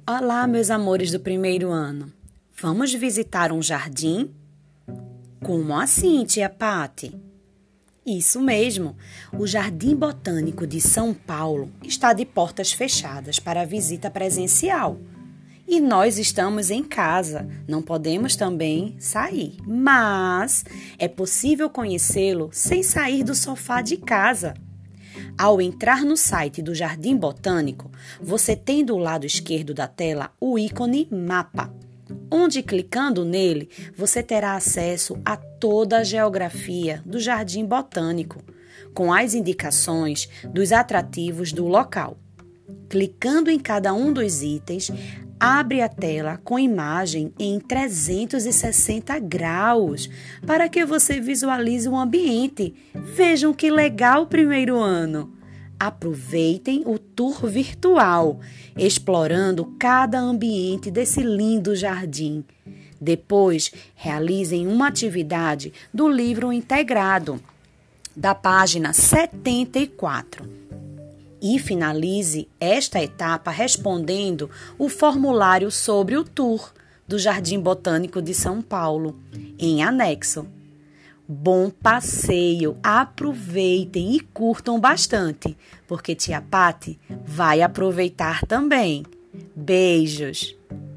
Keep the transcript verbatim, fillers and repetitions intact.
Olá, meus amores do primeiro ano. Vamos visitar um jardim? Como assim, tia Pati? Isso mesmo. O Jardim Botânico de São Paulo está de portas fechadas para visita presencial. E nós estamos em casa, não podemos também sair. Mas é possível conhecê-lo sem sair do sofá de casa. Ao entrar no site do Jardim Botânico, você tem do lado esquerdo da tela o ícone Mapa, onde clicando nele você terá acesso a toda a geografia do Jardim Botânico, com as indicações dos atrativos do local. Clicando em cada um dos itens, abre a tela com imagem em trezentos e sessenta graus para que você visualize o ambiente. Vejam que legal o primeiro ano! Aproveitem o tour virtual, explorando cada ambiente desse lindo jardim. Depois, realizem uma atividade do livro integrado, da página setenta e quatro. E finalize esta etapa respondendo o formulário sobre o tour do Jardim Botânico de São Paulo, em anexo. Bom passeio, aproveitem e curtam bastante, porque tia Pati vai aproveitar também. Beijos!